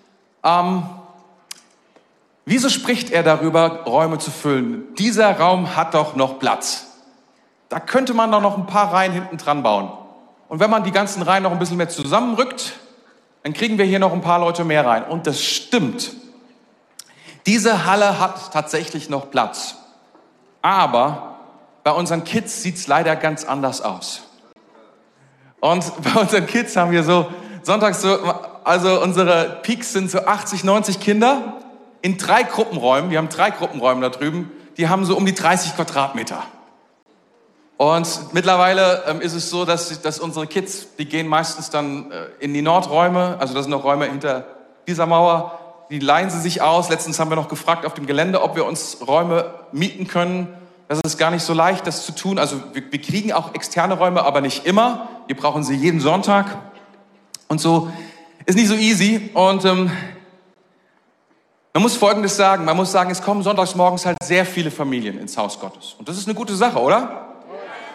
B: wieso spricht er darüber, Räume zu füllen? Dieser Raum hat doch noch Platz. Da könnte man doch noch ein paar Reihen hinten dran bauen. Und wenn man die ganzen Reihen noch ein bisschen mehr zusammenrückt, dann kriegen wir hier noch ein paar Leute mehr rein. Und das stimmt. Diese Halle hat tatsächlich noch Platz. Aber bei unseren Kids sieht's leider ganz anders aus. Und bei unseren Kids haben wir so sonntags also unsere Peaks sind so 80, 90 Kinder in 3 Gruppenräumen. Wir haben 3 Gruppenräume da drüben. Die haben so um die 30 Quadratmeter. Und mittlerweile ist es so, dass unsere Kids, die gehen meistens dann in die Nordräume. Also das sind noch Räume hinter dieser Mauer. Die leihen sie sich aus. Letztens haben wir noch gefragt auf dem Gelände, ob wir uns Räume mieten können. Das ist gar nicht so leicht, das zu tun. Also wir kriegen auch externe Räume, aber nicht immer. Wir brauchen sie jeden Sonntag. Und so ist nicht so easy. Und man muss Folgendes sagen. Man muss sagen, es kommen sonntags morgens halt sehr viele Familien ins Haus Gottes. Und das ist eine gute Sache, oder?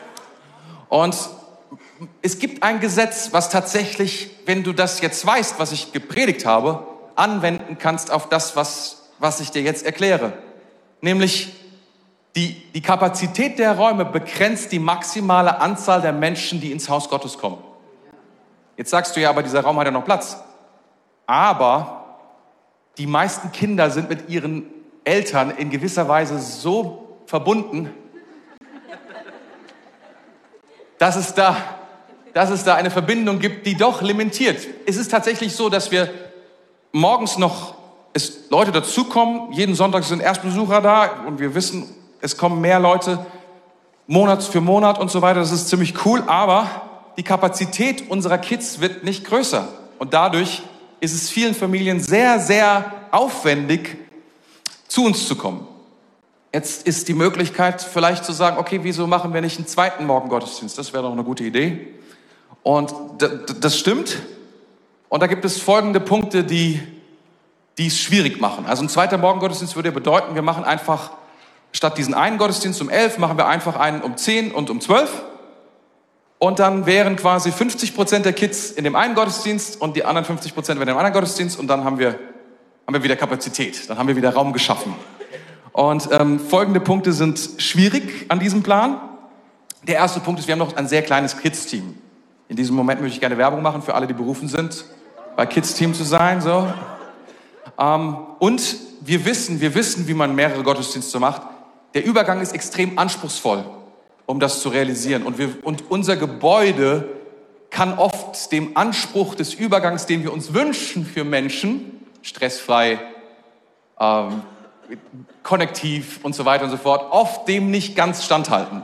B: Und es gibt ein Gesetz, was tatsächlich, wenn du das jetzt weißt, was ich gepredigt habe, anwenden kannst auf das, was ich dir jetzt erkläre. Nämlich die Kapazität der Räume begrenzt die maximale Anzahl der Menschen, die ins Haus Gottes kommen. Jetzt sagst du ja, aber dieser Raum hat ja noch Platz. Aber die meisten Kinder sind mit ihren Eltern in gewisser Weise so verbunden, dass es da eine Verbindung gibt, die doch limitiert. Es ist tatsächlich so, dass wir morgens noch Leute dazukommen. Jeden Sonntag sind Erstbesucher da und wir wissen, es kommen mehr Leute Monat für Monat und so weiter. Das ist ziemlich cool, aber die Kapazität unserer Kids wird nicht größer. Und dadurch ist es vielen Familien sehr, sehr aufwendig, zu uns zu kommen. Jetzt ist die Möglichkeit vielleicht zu sagen, okay, wieso machen wir nicht einen zweiten Morgengottesdienst? Das wäre doch eine gute Idee. Und das stimmt. Und da gibt es folgende Punkte, die es schwierig machen. Also ein zweiter Morgengottesdienst würde bedeuten, wir machen einfach, statt diesen einen Gottesdienst um 11, machen wir einfach einen um 10 und um 12. Und dann wären quasi 50% der Kids in dem einen Gottesdienst und die anderen 50% wären in dem anderen Gottesdienst. Und dann haben wir wieder Kapazität. Dann haben wir wieder Raum geschaffen. Und folgende Punkte sind schwierig an diesem Plan. Der erste Punkt ist, wir haben noch ein sehr kleines Kids-Team. In diesem Moment möchte ich gerne Werbung machen für alle, die berufen sind, bei Kids-Team zu sein. So. Und wir wissen, wie man mehrere Gottesdienste macht. Der Übergang ist extrem anspruchsvoll, um das zu realisieren. Und unser Gebäude kann oft dem Anspruch des Übergangs, den wir uns wünschen für Menschen, stressfrei, konnektiv und so weiter und so fort, oft dem nicht ganz standhalten.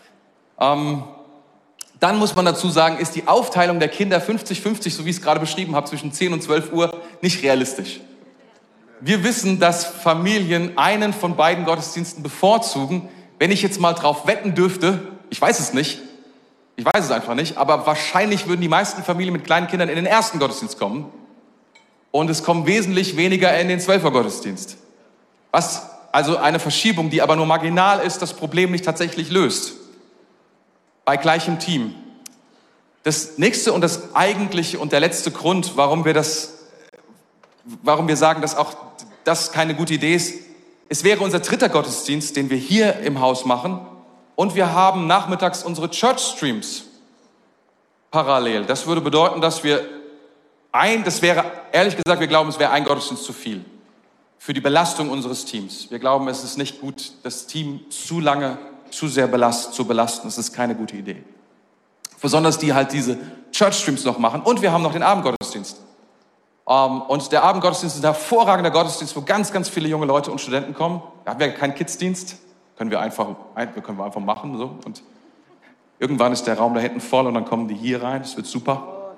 B: Dann muss man dazu sagen, ist die Aufteilung der Kinder 50-50, so wie ich es gerade beschrieben habe, zwischen 10 und 12 Uhr nicht realistisch. Wir wissen, dass Familien einen von beiden Gottesdiensten bevorzugen. Wenn ich jetzt mal drauf wetten dürfte, ich weiß es nicht, ich weiß es einfach nicht, aber wahrscheinlich würden die meisten Familien mit kleinen Kindern in den ersten Gottesdienst kommen und es kommen wesentlich weniger in den 12er Gottesdienst. Was also eine Verschiebung, die aber nur marginal ist, das Problem nicht tatsächlich löst. Bei gleichem Team. Das nächste und das eigentliche und der letzte Grund, warum wir sagen, dass auch das keine gute Idee ist, es wäre unser dritter Gottesdienst, den wir hier im Haus machen, und wir haben nachmittags unsere Church Streams parallel. Das würde bedeuten, dass wir ehrlich gesagt, wir glauben, es wäre ein Gottesdienst zu viel für die Belastung unseres Teams. Wir glauben, es ist nicht gut, das Team zu lange, zu sehr zu belasten. Das ist keine gute Idee. Besonders die halt diese Church Streams noch machen. Und wir haben noch den Abendgottesdienst. Und der Abendgottesdienst ist ein hervorragender Gottesdienst, wo ganz, ganz viele junge Leute und Studenten kommen. Da haben wir keinen Kidsdienst. Können wir einfach machen. So. Und irgendwann ist der Raum da hinten voll und dann kommen die hier rein. Das wird super.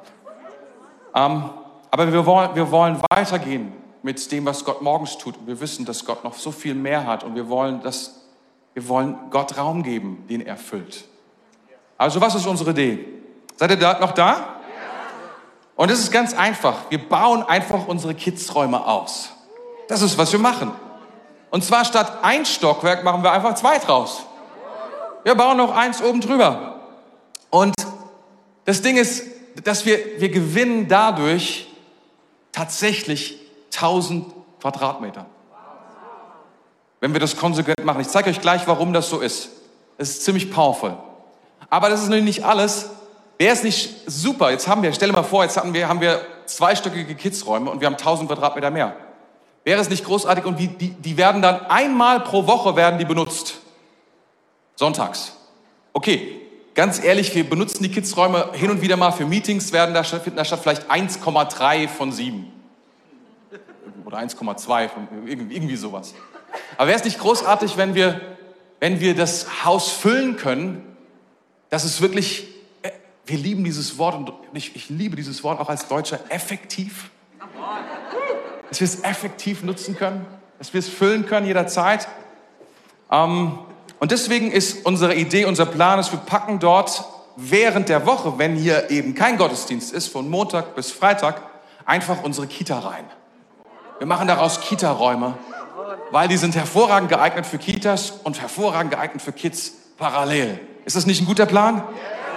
B: Aber wir wollen weitergehen mit dem, was Gott morgens tut. Und wir wissen, dass Gott noch so viel mehr hat. Und wir wollen Gott Raum geben, den er füllt. Also was ist unsere Idee? Seid ihr noch da? Und es ist ganz einfach. Wir bauen einfach unsere Kidsräume aus. Das ist, was wir machen. Und zwar statt ein Stockwerk machen wir einfach 2 draus. Wir bauen noch 1 oben drüber. Und das Ding ist, dass wir gewinnen dadurch tatsächlich 1000 Quadratmeter. Wenn wir das konsequent machen. Ich zeige euch gleich, warum das so ist. Es ist ziemlich powerful. Aber das ist natürlich nicht alles. Wäre es nicht super, stell dir mal vor, haben wir 2-stöckige Kidsräume und wir haben 1000 Quadratmeter mehr. Wäre es nicht großartig, und die werden dann einmal pro Woche werden die benutzt. Sonntags. Okay, ganz ehrlich, wir benutzen die Kidsräume hin und wieder mal für Meetings, finden da statt vielleicht 1,3 von 7. Oder 1,2 von irgendwie sowas. Aber wäre es nicht großartig, wenn wir das Haus füllen können, dass es wirklich, wir lieben dieses Wort und ich liebe dieses Wort auch als Deutscher, effektiv. Dass wir es effektiv nutzen können, dass wir es füllen können jederzeit. Und deswegen ist unsere Idee, unser Plan ist, wir packen dort während der Woche, wenn hier eben kein Gottesdienst ist, von Montag bis Freitag, einfach unsere Kita rein. Wir machen daraus Kita-Räume, weil die sind hervorragend geeignet für Kitas und hervorragend geeignet für Kids parallel. Ist das nicht ein guter Plan?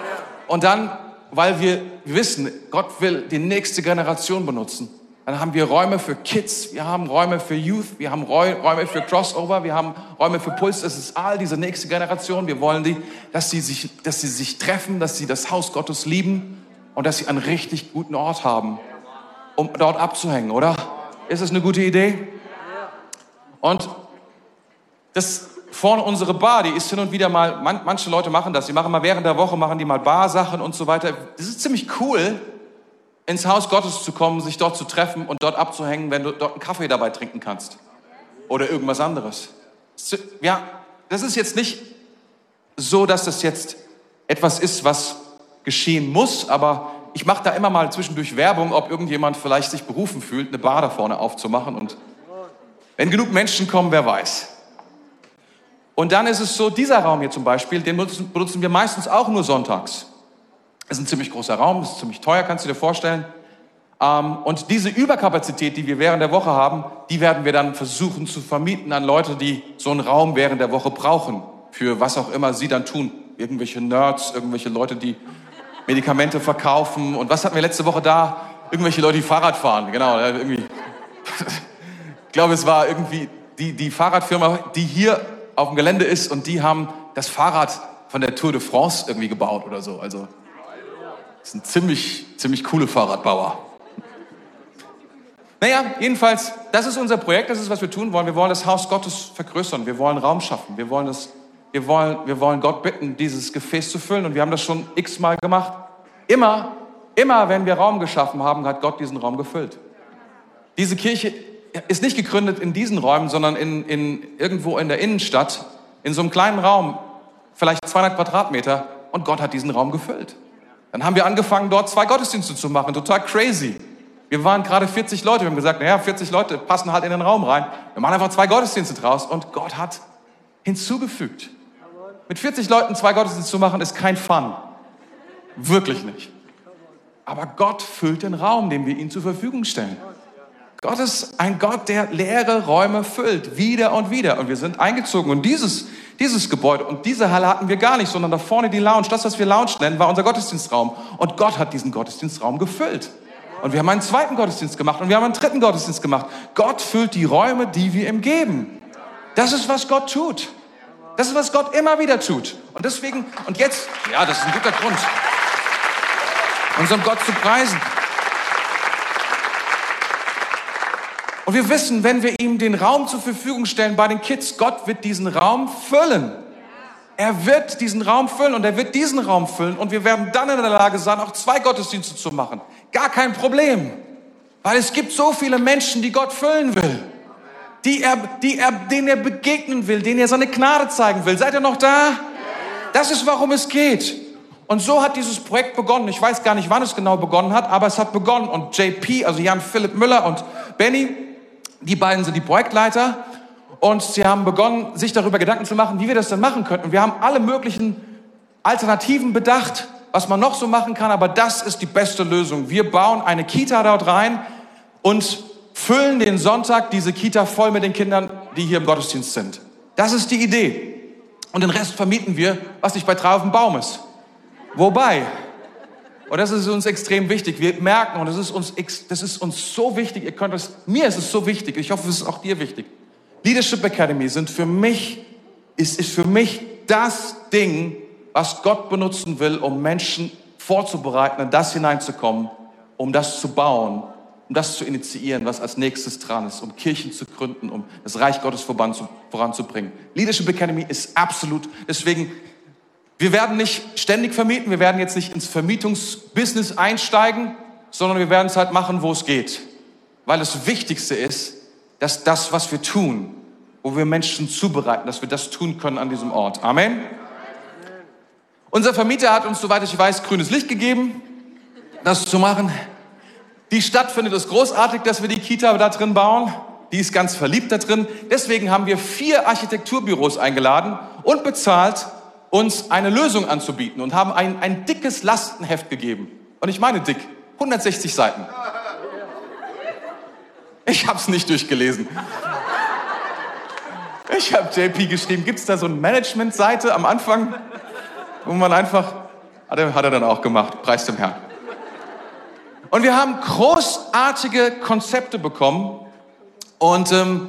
B: Und dann, weil wir wissen, Gott will die nächste Generation benutzen, dann haben wir Räume für Kids, wir haben Räume für Youth, wir haben Räume für Crossover, wir haben Räume für Puls. Das ist all diese nächste Generation. Wir wollen dass sie sich treffen, dass sie das Haus Gottes lieben und dass sie einen richtig guten Ort haben, um dort abzuhängen, oder? Ist das eine gute Idee? Und das vorne unsere Bar, die ist hin und wieder mal, manche Leute machen das, die machen mal während der Woche, machen die mal Barsachen und so weiter. Das ist ziemlich cool, ins Haus Gottes zu kommen, sich dort zu treffen und dort abzuhängen, wenn du dort einen Kaffee dabei trinken kannst. Oder irgendwas anderes. Ja, das ist jetzt nicht so, dass das jetzt etwas ist, was geschehen muss, aber ich mache da immer mal zwischendurch Werbung, ob irgendjemand vielleicht sich berufen fühlt, eine Bar da vorne aufzumachen. Und wenn genug Menschen kommen, wer weiß. Und dann ist es so, dieser Raum hier zum Beispiel, den benutzen wir meistens auch nur sonntags. Das ist ein ziemlich großer Raum, das ist ziemlich teuer, kannst du dir vorstellen. Und diese Überkapazität, die wir während der Woche haben, die werden wir dann versuchen zu vermieten an Leute, die so einen Raum während der Woche brauchen. Für was auch immer sie dann tun. Irgendwelche Nerds, irgendwelche Leute, die Medikamente verkaufen. Und was hatten wir letzte Woche da? Irgendwelche Leute, die Fahrrad fahren. Genau, irgendwie. Ich glaube, es war irgendwie die Fahrradfirma, die hier auf dem Gelände ist und die haben das Fahrrad von der Tour de France irgendwie gebaut oder so. Also, das sind ziemlich coole Fahrradbauer. Naja, jedenfalls, das ist unser Projekt, das ist, was wir tun wollen. Wir wollen das Haus Gottes vergrößern, wir wollen Raum schaffen, wir wollen Gott bitten, dieses Gefäß zu füllen und wir haben das schon x-mal gemacht. Immer wenn wir Raum geschaffen haben, hat Gott diesen Raum gefüllt. Diese Kirche ist nicht gegründet in diesen Räumen, sondern irgendwo in der Innenstadt, in so einem kleinen Raum, vielleicht 200 Quadratmeter und Gott hat diesen Raum gefüllt. Dann haben wir angefangen, dort 2 Gottesdienste zu machen, total crazy. Wir waren gerade 40 Leute, wir haben gesagt, 40 Leute passen halt in den Raum rein. Wir machen einfach 2 Gottesdienste draus und Gott hat hinzugefügt. Mit 40 Leuten 2 Gottesdienste zu machen, ist kein Fun. Wirklich nicht. Aber Gott füllt den Raum, den wir ihm zur Verfügung stellen. Gott ist ein Gott, der leere Räume füllt, wieder und wieder. Und wir sind eingezogen und dieses Gebäude und diese Halle hatten wir gar nicht, sondern da vorne die Lounge, das, was wir Lounge nennen, war unser Gottesdienstraum. Und Gott hat diesen Gottesdienstraum gefüllt. Und wir haben einen 2. Gottesdienst gemacht und wir haben einen 3. Gottesdienst gemacht. Gott füllt die Räume, die wir ihm geben. Das ist, was Gott tut. Das ist, was Gott immer wieder tut. Und deswegen, und jetzt, ja, das ist ein guter Grund, unseren Gott zu preisen. Und wir wissen, wenn wir ihm den Raum zur Verfügung stellen bei den Kids, Gott wird diesen Raum füllen. Er wird diesen Raum füllen und er wird diesen Raum füllen und wir werden dann in der Lage sein, auch 2 Gottesdienste zu machen. Gar kein Problem. Weil es gibt so viele Menschen, die Gott füllen will. Denen er begegnen will, denen er seine Gnade zeigen will. Seid ihr noch da? Das ist, warum es geht. Und so hat dieses Projekt begonnen. Ich weiß gar nicht, wann es genau begonnen hat, aber es hat begonnen. Und JP, also Jan-Philipp Müller und Benny, die beiden sind die Projektleiter. Und sie haben begonnen, sich darüber Gedanken zu machen, wie wir das denn machen könnten. Und wir haben alle möglichen Alternativen bedacht, was man noch so machen kann. Aber das ist die beste Lösung. Wir bauen eine Kita dort rein und füllen den Sonntag diese Kita voll mit den Kindern, die hier im Gottesdienst sind. Das ist die Idee. Und den Rest vermieten wir, was nicht bei 3 auf dem Baum ist. Wobei, und das ist uns extrem wichtig, wir merken, und das ist uns so wichtig, mir ist es so wichtig, ich hoffe, es ist auch dir wichtig. Leadership Academy ist für mich das Ding, was Gott benutzen will, um Menschen vorzubereiten, in das hineinzukommen, um das zu bauen, um das zu initiieren, was als nächstes dran ist, um Kirchen zu gründen, um das Reich Gottes voranzubringen. Leadership Academy ist absolut, deswegen, wir werden nicht ständig vermieten, wir werden jetzt nicht ins Vermietungsbusiness einsteigen, sondern wir werden es halt machen, wo es geht. Weil das Wichtigste ist, dass das, was wir tun, wo wir Menschen zubereiten, dass wir das tun können an diesem Ort. Amen. Unser Vermieter hat uns, soweit ich weiß, grünes Licht gegeben, das zu machen. Die Stadt findet es großartig, dass wir die Kita da drin bauen. Die ist ganz verliebt da drin. Deswegen haben wir 4 Architekturbüros eingeladen und bezahlt, uns eine Lösung anzubieten und haben ein dickes Lastenheft gegeben. Und ich meine dick, 160 Seiten. Ich habe es nicht durchgelesen. Ich habe JP geschrieben, gibt es da so eine Management-Seite am Anfang, wo man einfach Hat er dann auch gemacht. Preis dem Herrn. Und wir haben großartige Konzepte bekommen und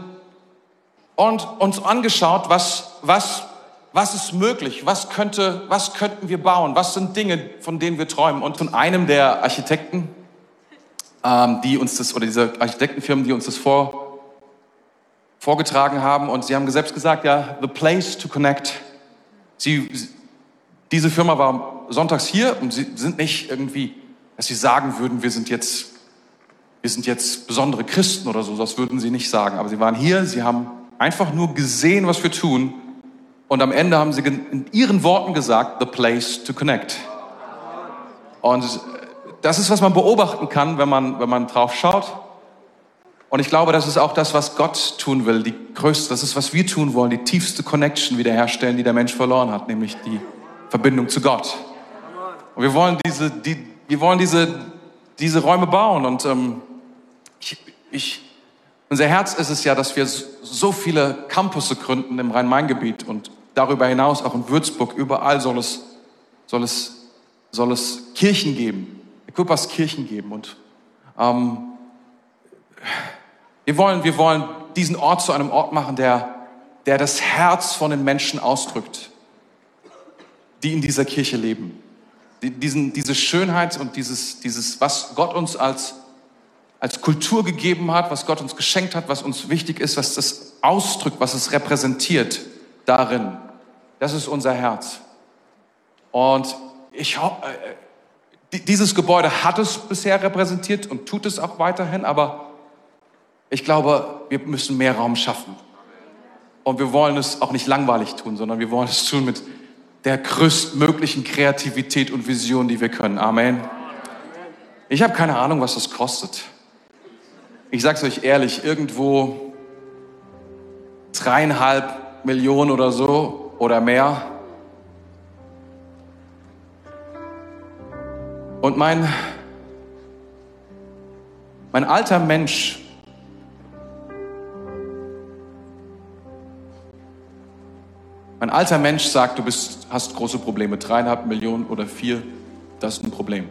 B: uns angeschaut, was ist möglich, was könnten wir bauen, was sind Dinge, von denen wir träumen. Und von einem der Architekten, diese Architektenfirmen, die uns das vorgetragen haben, und sie haben selbst gesagt, ja, the place to connect. Diese Firma war sonntags hier und sie sind nicht irgendwie, dass sie sagen würden, wir sind jetzt besondere Christen oder so, das würden sie nicht sagen. Aber sie waren hier, sie haben einfach nur gesehen, was wir tun, und am Ende haben sie in ihren Worten gesagt, the place to connect. Und das ist, was man beobachten kann, wenn man drauf schaut. Und ich glaube, das ist auch das, was Gott tun will, das ist, was wir tun wollen, die tiefste Connection wiederherstellen, die der Mensch verloren hat, nämlich die Verbindung zu Gott. Und wir wollen diese Räume bauen. Und unser Herz ist es ja, dass wir so viele Campusse gründen im Rhein-Main-Gebiet und darüber hinaus auch in Würzburg. Überall soll es Kirchen geben, Equippers Kirchen geben. Und wir wollen diesen Ort zu einem Ort machen, der das Herz von den Menschen ausdrückt, die in dieser Kirche leben. Diese Schönheit und dieses, was Gott uns als Kultur gegeben hat, was Gott uns geschenkt hat, was uns wichtig ist, was das ausdrückt, was es repräsentiert darin. Das ist unser Herz. Und dieses Gebäude hat es bisher repräsentiert und tut es auch weiterhin, aber ich glaube, wir müssen mehr Raum schaffen. Und wir wollen es auch nicht langweilig tun, sondern wir wollen es tun mit der größtmöglichen Kreativität und Vision, die wir können. Amen. Ich habe keine Ahnung, was das kostet. Ich sage es euch ehrlich, irgendwo 3,5 Millionen oder so oder mehr. Und mein alter Mensch sagt, du hast große Probleme. 3,5 Millionen oder 4, das ist ein Problem.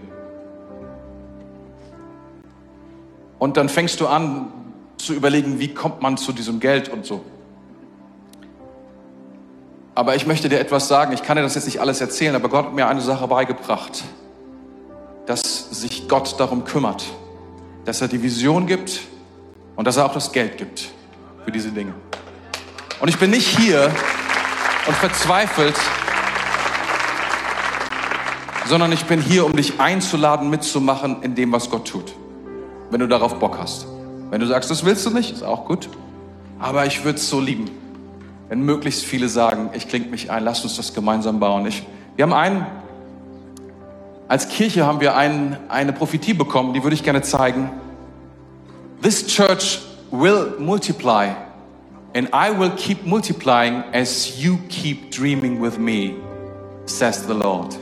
B: Und dann fängst du an zu überlegen, wie kommt man zu diesem Geld und so. Aber ich möchte dir etwas sagen, ich kann dir das jetzt nicht alles erzählen, aber Gott hat mir eine Sache beigebracht, dass sich Gott darum kümmert, dass er die Vision gibt und dass er auch das Geld gibt für diese Dinge. Und ich bin nicht hier und verzweifelt, sondern ich bin hier, um dich einzuladen, mitzumachen in dem, was Gott tut. Wenn du darauf Bock hast. Wenn du sagst, das willst du nicht, ist auch gut. Aber ich würde es so lieben, wenn möglichst viele sagen, ich klinge mich ein, lass uns das gemeinsam bauen. Als Kirche haben wir eine Prophetie bekommen, die würde ich gerne zeigen. This church will multiply and I will keep multiplying as you keep dreaming with me, says the Lord.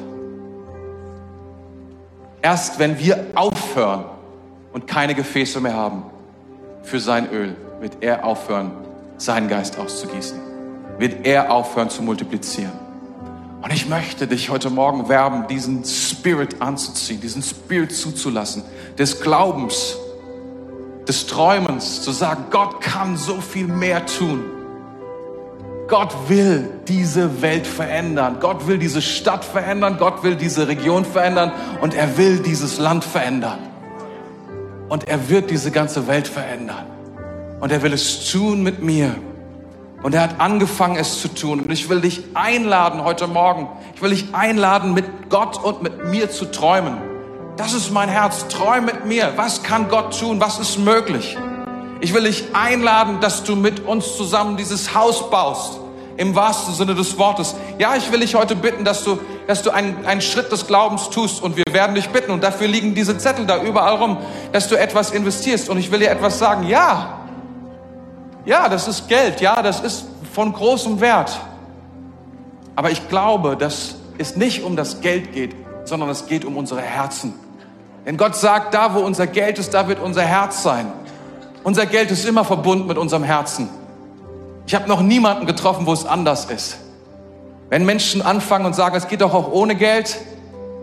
B: Erst wenn wir aufhören und keine Gefäße mehr haben für sein Öl, wird er aufhören, seinen Geist auszugießen. Wird er aufhören zu multiplizieren. Und ich möchte dich heute Morgen werben, diesen Spirit anzuziehen, diesen Spirit zuzulassen, des Glaubens, des Träumens, zu sagen, Gott kann so viel mehr tun. Gott will diese Welt verändern. Gott will diese Stadt verändern. Gott will diese Region verändern. Und er will dieses Land verändern. Und er wird diese ganze Welt verändern. Und er will es tun mit mir. Und er hat angefangen, es zu tun. Und ich will dich einladen heute Morgen. Ich will dich einladen, mit Gott und mit mir zu träumen. Das ist mein Herz. Träum mit mir. Was kann Gott tun? Was ist möglich? Ich will dich einladen, dass du mit uns zusammen dieses Haus baust. Im wahrsten Sinne des Wortes. Ja, ich will dich heute bitten, dass du einen Schritt des Glaubens tust. Und wir werden dich bitten. Und dafür liegen diese Zettel da überall rum, dass du etwas investierst. Und ich will dir etwas sagen. Ja, das ist Geld. Ja, das ist von großem Wert. Aber ich glaube, dass es nicht um das Geld geht, sondern es geht um unsere Herzen. Denn Gott sagt, da wo unser Geld ist, da wird unser Herz sein. Unser Geld ist immer verbunden mit unserem Herzen. Ich habe noch niemanden getroffen, wo es anders ist. Wenn Menschen anfangen und sagen, es geht doch auch ohne Geld,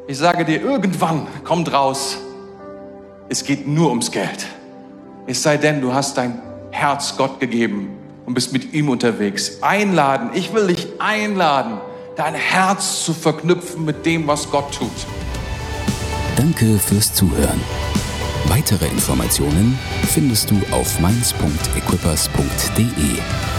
B: Ich sage dir, irgendwann kommt raus, es geht nur ums Geld. Es sei denn, du hast dein Herz Gott gegeben und bist mit ihm unterwegs. Einladen, ich will dich einladen, dein Herz zu verknüpfen mit dem, was Gott tut.
A: Danke fürs Zuhören. Weitere Informationen findest du auf mainz.equippers.de.